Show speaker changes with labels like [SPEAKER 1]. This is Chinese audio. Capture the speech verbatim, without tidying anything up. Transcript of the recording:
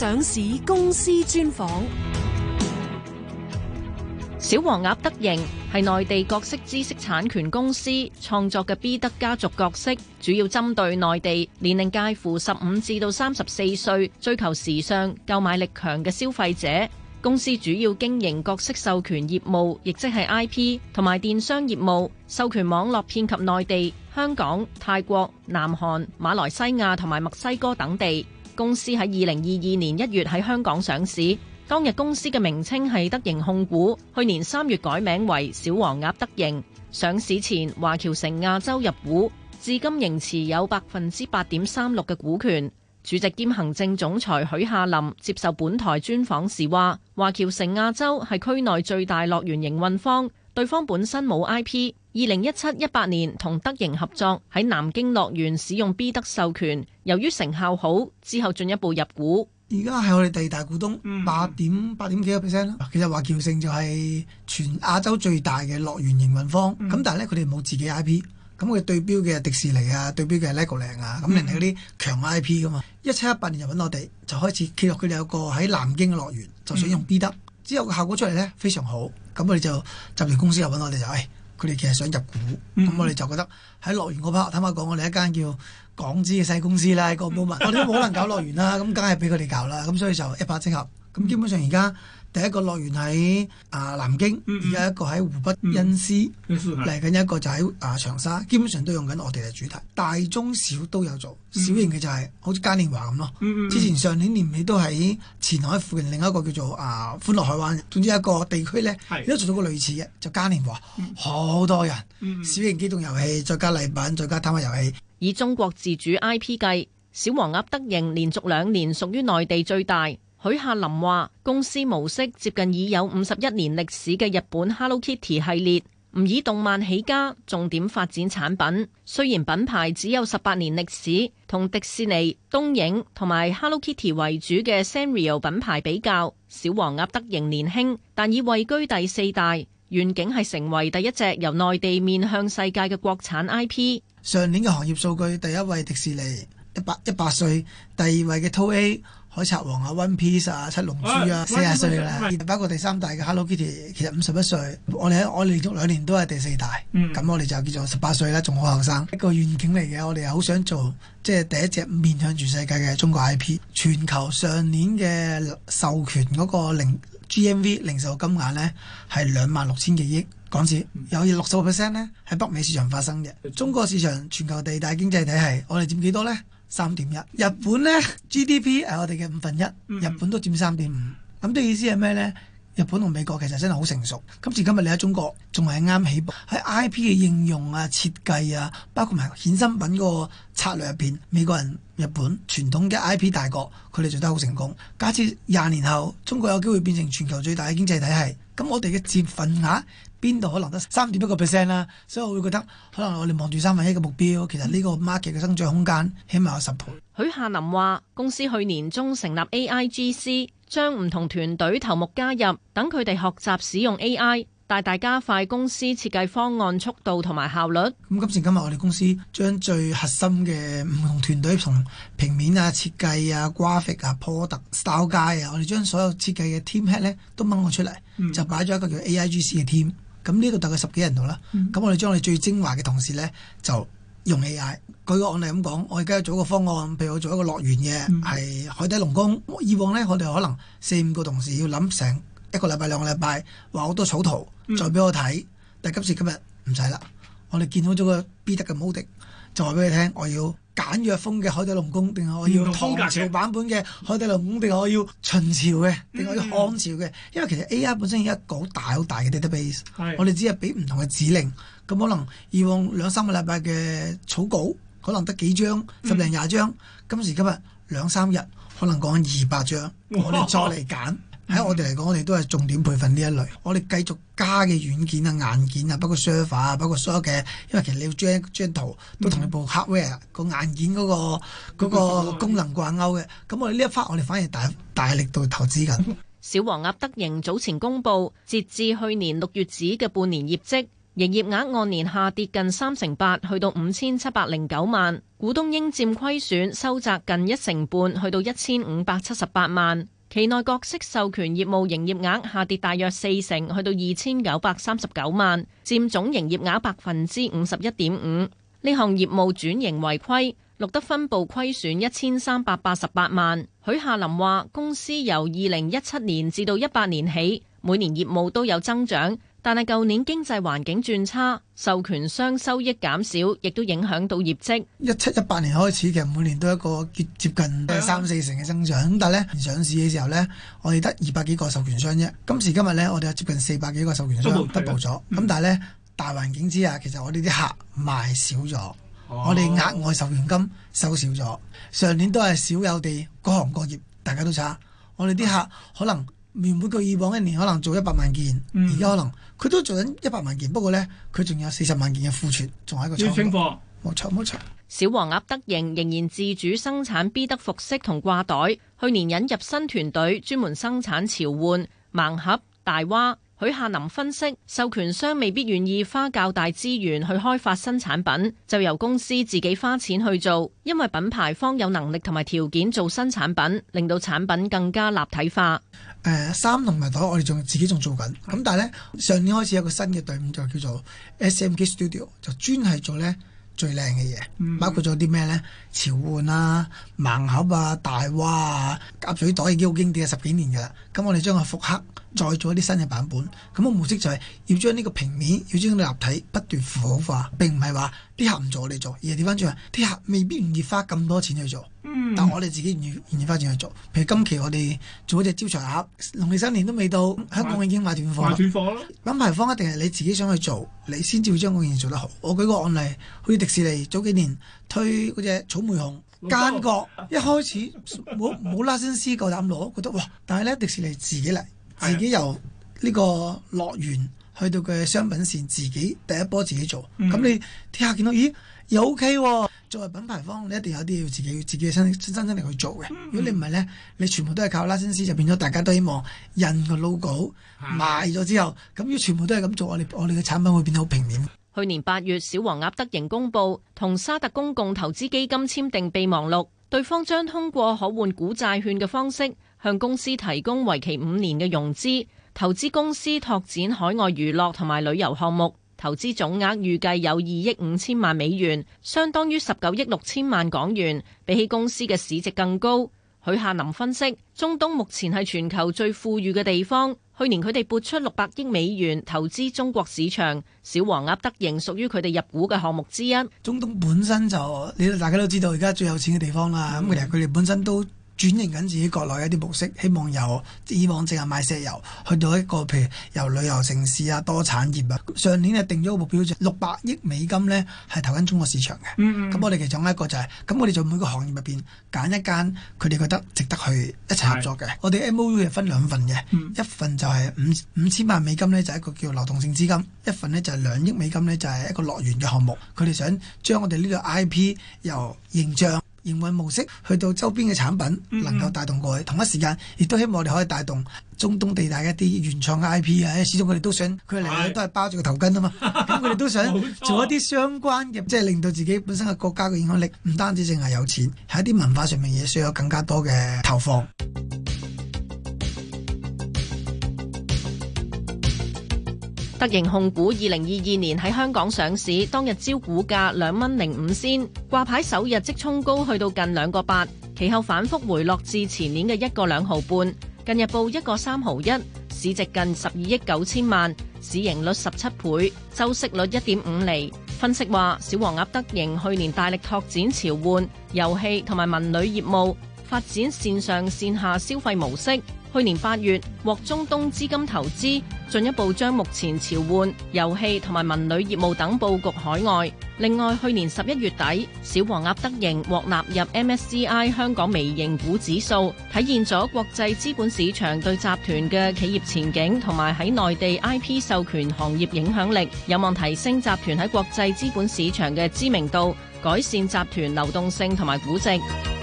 [SPEAKER 1] 上市公司專訪。
[SPEAKER 2] 小黃鴨德盈係內地角色知識產權公司創作嘅 B 德家族角色，主要針對內地年齡介乎十五至到三十四歲、追求時尚、購買力強嘅消費者。公司主要經營角色授權業務，亦即係 I P 同埋電商業務，授權網絡遍及內地、香港、泰國、南韓、馬來西亞同埋墨西哥等地。公司喺二零二二年一月喺香港上市。當日公司嘅名稱係德盈控股，去年三月改名為小黃鴨德盈。上市前，華僑城亞洲入股，至今仍持有百分之八點三六嘅股權。主席兼行政總裁許夏林接受本台專訪時話，華僑城亞洲係區內最大樂園營運方，對方本身冇 I P。二零一七、一八年同德盈合作喺南京樂園使用 B 德授權，由於成效好，之後進一步入股。
[SPEAKER 3] 而家係我哋第二大股東，八點八點幾個 percent 啦。其實華僑城就係全亞洲最大嘅樂園營運方，咁、嗯、但係咧佢哋冇自己 I P， 咁佢對標嘅迪士尼啊，對標嘅 Legoland 啊，咁人哋嗰啲強 I P 噶嘛。一七一八年就揾我哋，就開始揭落佢哋有個喺南京嘅樂園，就想用 B 德、嗯，之後個效果出嚟咧非常好，咁我哋就集團公司又揾我哋就，誒、哎，佢哋其實想入股，咁、嗯、我哋就覺得喺樂園嗰 part，坦白講，我哋一間叫港資嘅細公司啦，個 moment 我哋都冇可能搞樂園啦，咁梗係俾佢哋搞啦，咁所以就一拍即合。咁基本上而家第一個樂園喺啊南京，而家一個喺湖北恩施，嚟、嗯、緊、嗯、一個就喺啊長沙，基本上都用緊我哋嘅主題，大中小都有做。小型嘅就係、是、好似嘉年華咁咯、嗯嗯。之前上年年尾都喺前海附近另一個叫做啊歡樂海灣，總之一個地區咧，都做到個類似嘅，就嘉年華，好、嗯、多人、嗯，小型機動遊戲，再加禮品，再加攤位遊戲。
[SPEAKER 2] 以中國自主 I P 計，小黃鴨德盈連續兩年屬於內地最大。許夏林話：公司模式接近已有五十一年歷史嘅日本 Hello Kitty 系列，唔以動漫起家，重點發展產品。雖然品牌只有十八年歷史，同迪士尼、東映同埋 Hello Kitty 為主嘅 Sanrio 品牌比較，小黃鴨德盈年輕，但已位居第四大。願景係成為第一隻由內地面向世界嘅國產 I P。
[SPEAKER 3] 上年嘅行業數據，第一位迪士尼一百一百歲，第二位嘅 Toei 海賊王啊、One Piece 啊、七龍珠啊，四十歲啦。包括第三大嘅 Hello Kitty， 其實五十一歲。我哋喺我哋連續兩年都係第四大，咁、嗯、我哋就叫做十八歲啦，仲好後生。一個願景嚟嘅，我哋好想做即係第一隻面向全世界嘅中國 I P。全球上年嘅授權嗰個零 G M V 零售金額呢係兩萬六千幾億港紙，有六十個 percent 呢喺北美市場發生嘅。中國市場全球第二大經濟體系，我哋佔幾多呢？三點一。日本呢 G D P 係我哋嘅五分一，日本都佔三點五。咁嘅意思係咩呢？日本同美國其實真係好成熟。今時今日你喺中國仲係啱起步，喺 I P 嘅應用啊、設計啊，包括埋衍生品個策略入邊，美國人、日本傳統嘅 I P 大國，佢哋做得好成功。假設廿年後中國有機會變成全球最大嘅經濟體系，咁我哋嘅佔份額邊度可能得三點一個 percent 啦？所以我會覺得可能我哋望住三分一嘅目標，其實呢個 market 嘅增長空間起碼有十倍。
[SPEAKER 2] 許夏林話：公司去年中成立 A I G C， 將唔同團隊頭目加入，等佢哋學習使用 A I， 大大加快公司設計方案速度同埋效率。咁
[SPEAKER 3] 今時今日我哋公司將最核心嘅唔同團隊，從平面啊、設計啊、graphic 啊、product style guide啊，我哋將所有設計嘅 team head 咧都掹我出嚟、嗯，就擺咗一個叫 A I G C 嘅 team。咁呢度大概十幾人度啦。咁、嗯、我哋將我哋最精華嘅同事咧就用 A I。舉個案例咁講，我而家做一個方案，譬如我做一個樂園嘅係、嗯、海底龍宮。以往咧我哋可能四五個同事要諗成一個禮拜兩個禮拜，話好多草圖、嗯、再俾我睇。但係今時今日唔使啦，我哋見到咗個 B 德嘅 model， 就話俾你聽，我要簡約風嘅海底龍宮，定係我要唐朝版本嘅海底龍宮，定係我要秦朝嘅，定係我要漢朝嘅、嗯。因為其實 A I 本身係一個好大好大嘅 database， 我哋只係俾唔同嘅指令。咁可能以往兩三個禮拜嘅草稿，可能得幾張，十零廿張。今時今日兩三日，可能講二百張，我哋再嚟揀。喺我哋嚟講，我哋都係重點培訓呢一類。我哋繼續加嘅軟件啊、硬件啊，包括 server 啊，包括所有嘅，因為其實你要將張圖都同你部 hardware 個硬件嗰、那個嗰、那個功能掛鈎嘅。咁我哋呢一 part 我哋反而大大力度投資緊。
[SPEAKER 2] 小黃鴨德盈早前公布，截至去年六月止嘅半年業績， 營業額按年下跌近三成八，去到五千七百零九萬，股東應佔虧損收窄近一成半，去到一千五百七十八萬。期內角色授權業務營業額下跌大約四成，去到二千九百三十九萬，佔總營業額百分之五十一點五。呢項業務轉型為虧，錄得分部虧損一千三百八十八萬。許夏林話：公司由二零一七年至到一八年起，每年業務都有增長，但係舊年經濟環境轉差，授權商收益減少，亦都影響到業績。
[SPEAKER 3] 一七一八年開始，其實每年都有一個接接近三四成嘅增長。咁但係咧，上市嘅時候咧，我哋得二百幾個授權商啫。今時今日咧，我哋有接近四百幾個授權商 double 咗。咁、嗯、但係咧，大環境之下，其實我哋啲客賣少咗，哦、我哋額外授權金收少咗。上年都係少有地各行各業大家都差，我哋啲客可能原本佢以往一年可能做一百萬件，而家、嗯、可能佢都做緊一百萬件，不過呢，佢仲有四十萬件嘅庫存，仲喺個倉。要清貨，冇錯冇錯。
[SPEAKER 2] 小黃鴨德盈仍然自主生產 B 得服飾同掛袋，去年引入新團隊，專門生產潮玩、盲盒、大娃。許夏林分析，授權商未必願意花較大資源去開發新產品，就由公司自己花錢去做，因為品牌方有能力同埋條件做新產品，令到產品更加立體化。
[SPEAKER 3] 誒衫同埋袋我哋仲自己仲做緊，咁但係呢，上年開始有個新嘅隊伍就叫做 S M K Studio， 就專係做呢最靚嘅嘢，嗯、包括咗啲咩呢？潮玩啊、盲盒啊、大娃啊、夾嘴袋已經好經典嘅十幾年㗎啦。咁我哋將佢復刻，再做一啲新嘅版本。咁個模式就係要將呢個平面，要將佢立體不斷符號化。並唔係話啲客唔做我哋做，而係調翻轉話啲客未必願意花咁多錢去做。嗯、但我哋自己願意願意花錢去做。譬如今期我哋做一隻招財盒，農曆新年都未到，香港已經買斷貨啦。買斷貨咯。品牌方一定係你自己想去做，你先至會將嗰件事做得好。我舉個案例，好似迪士尼早幾年推嗰隻草莓熊奸角，一開始冇冇拉新師夠膽攞，覺得哇！但係咧迪士尼自己嚟，自己由呢個樂園去到佢嘅商品線，自己第一波自己做。咁、嗯、你啲客見到，咦又 OK 喎？作為品牌方，你一定有啲要自己自己嘅新新新力去做嘅。嗯、如果你唔係咧，你全部都係靠拉新師，就變咗大家都希望印個 logo 賣咗之後，咁如果全部都係咁做，我哋我哋嘅產品會變得好平面。
[SPEAKER 2] 去年八月，小黃鴨德盈公佈同沙特公共投資基金簽訂備忘錄，對方將通過可換股債券嘅方式向公司提供為期五年嘅融資，投資公司拓展海外娛樂同埋旅遊項目，投資總額預計有二億五千萬美元，相當於十九億六千萬港元，比起公司嘅市值更高。許夏林分析，中東目前係全球最富裕嘅地方，去年佢哋撥出六百億美元投資中國市場，小黃鴨德盈屬於佢哋入股嘅項目之一。
[SPEAKER 3] 中東本身就你大家都知道而家最有錢嘅地方啦，咁其實佢哋本身都轉型緊自己國內一啲模式，希望由以往淨係賣石油，去到一個譬如由旅遊城市啊、多產業啊。上年係定咗個目標，就六百億美金呢係投緊中國市場嘅。咁、嗯嗯、我哋其中一個就係、是，咁我哋就每個行業入邊揀一間佢哋覺得值得去一齊合作嘅。是我哋 M O U 係分兩份嘅，嗯、一份就係五五千萬美金呢，就係一個叫流動性資金；一份呢就係兩億美金呢，就係一個樂園嘅項目。佢哋想將我哋呢個 I P 由形象營運模式去到周邊嘅產品能夠帶動過去，嗯嗯同一時間亦都希望我哋可以帶動中東地帶一啲原創嘅 I P 啊！始終佢哋都想佢嚟嘅都係包住個頭巾啊嘛，咁佢哋都想做一啲相關嘅，即係令到自己本身嘅國家嘅影響力唔單止淨係有錢，喺一啲文化上面嘢需要有更加多嘅投放。
[SPEAKER 2] 德盈控股二零二二年喺香港上市，當日招股價兩蚊零五仙，掛牌首日即衝高去到近兩個八，其後反覆回落至前年嘅一個兩毫半，近日報一個三毫一，市值近十二億九千萬，市盈率十七倍，周息率一點五厘。分析話，小黃鴨德盈去年大力拓展潮玩、遊戲同埋文旅業務，發展線上線下消費模式。去年八月獲中東資金投資，進一步將目前潮玩、遊戲同埋文旅業務等佈局海外。另外，去年十一月底，小黃鴨德盈獲納入 M S C I 香港微型股指數，體現咗國際資本市場對集團嘅企業前景同埋喺內地 I P 授權行業影響力，有望提升集團喺國際資本市場嘅知名度，改善集團流動性同埋估值。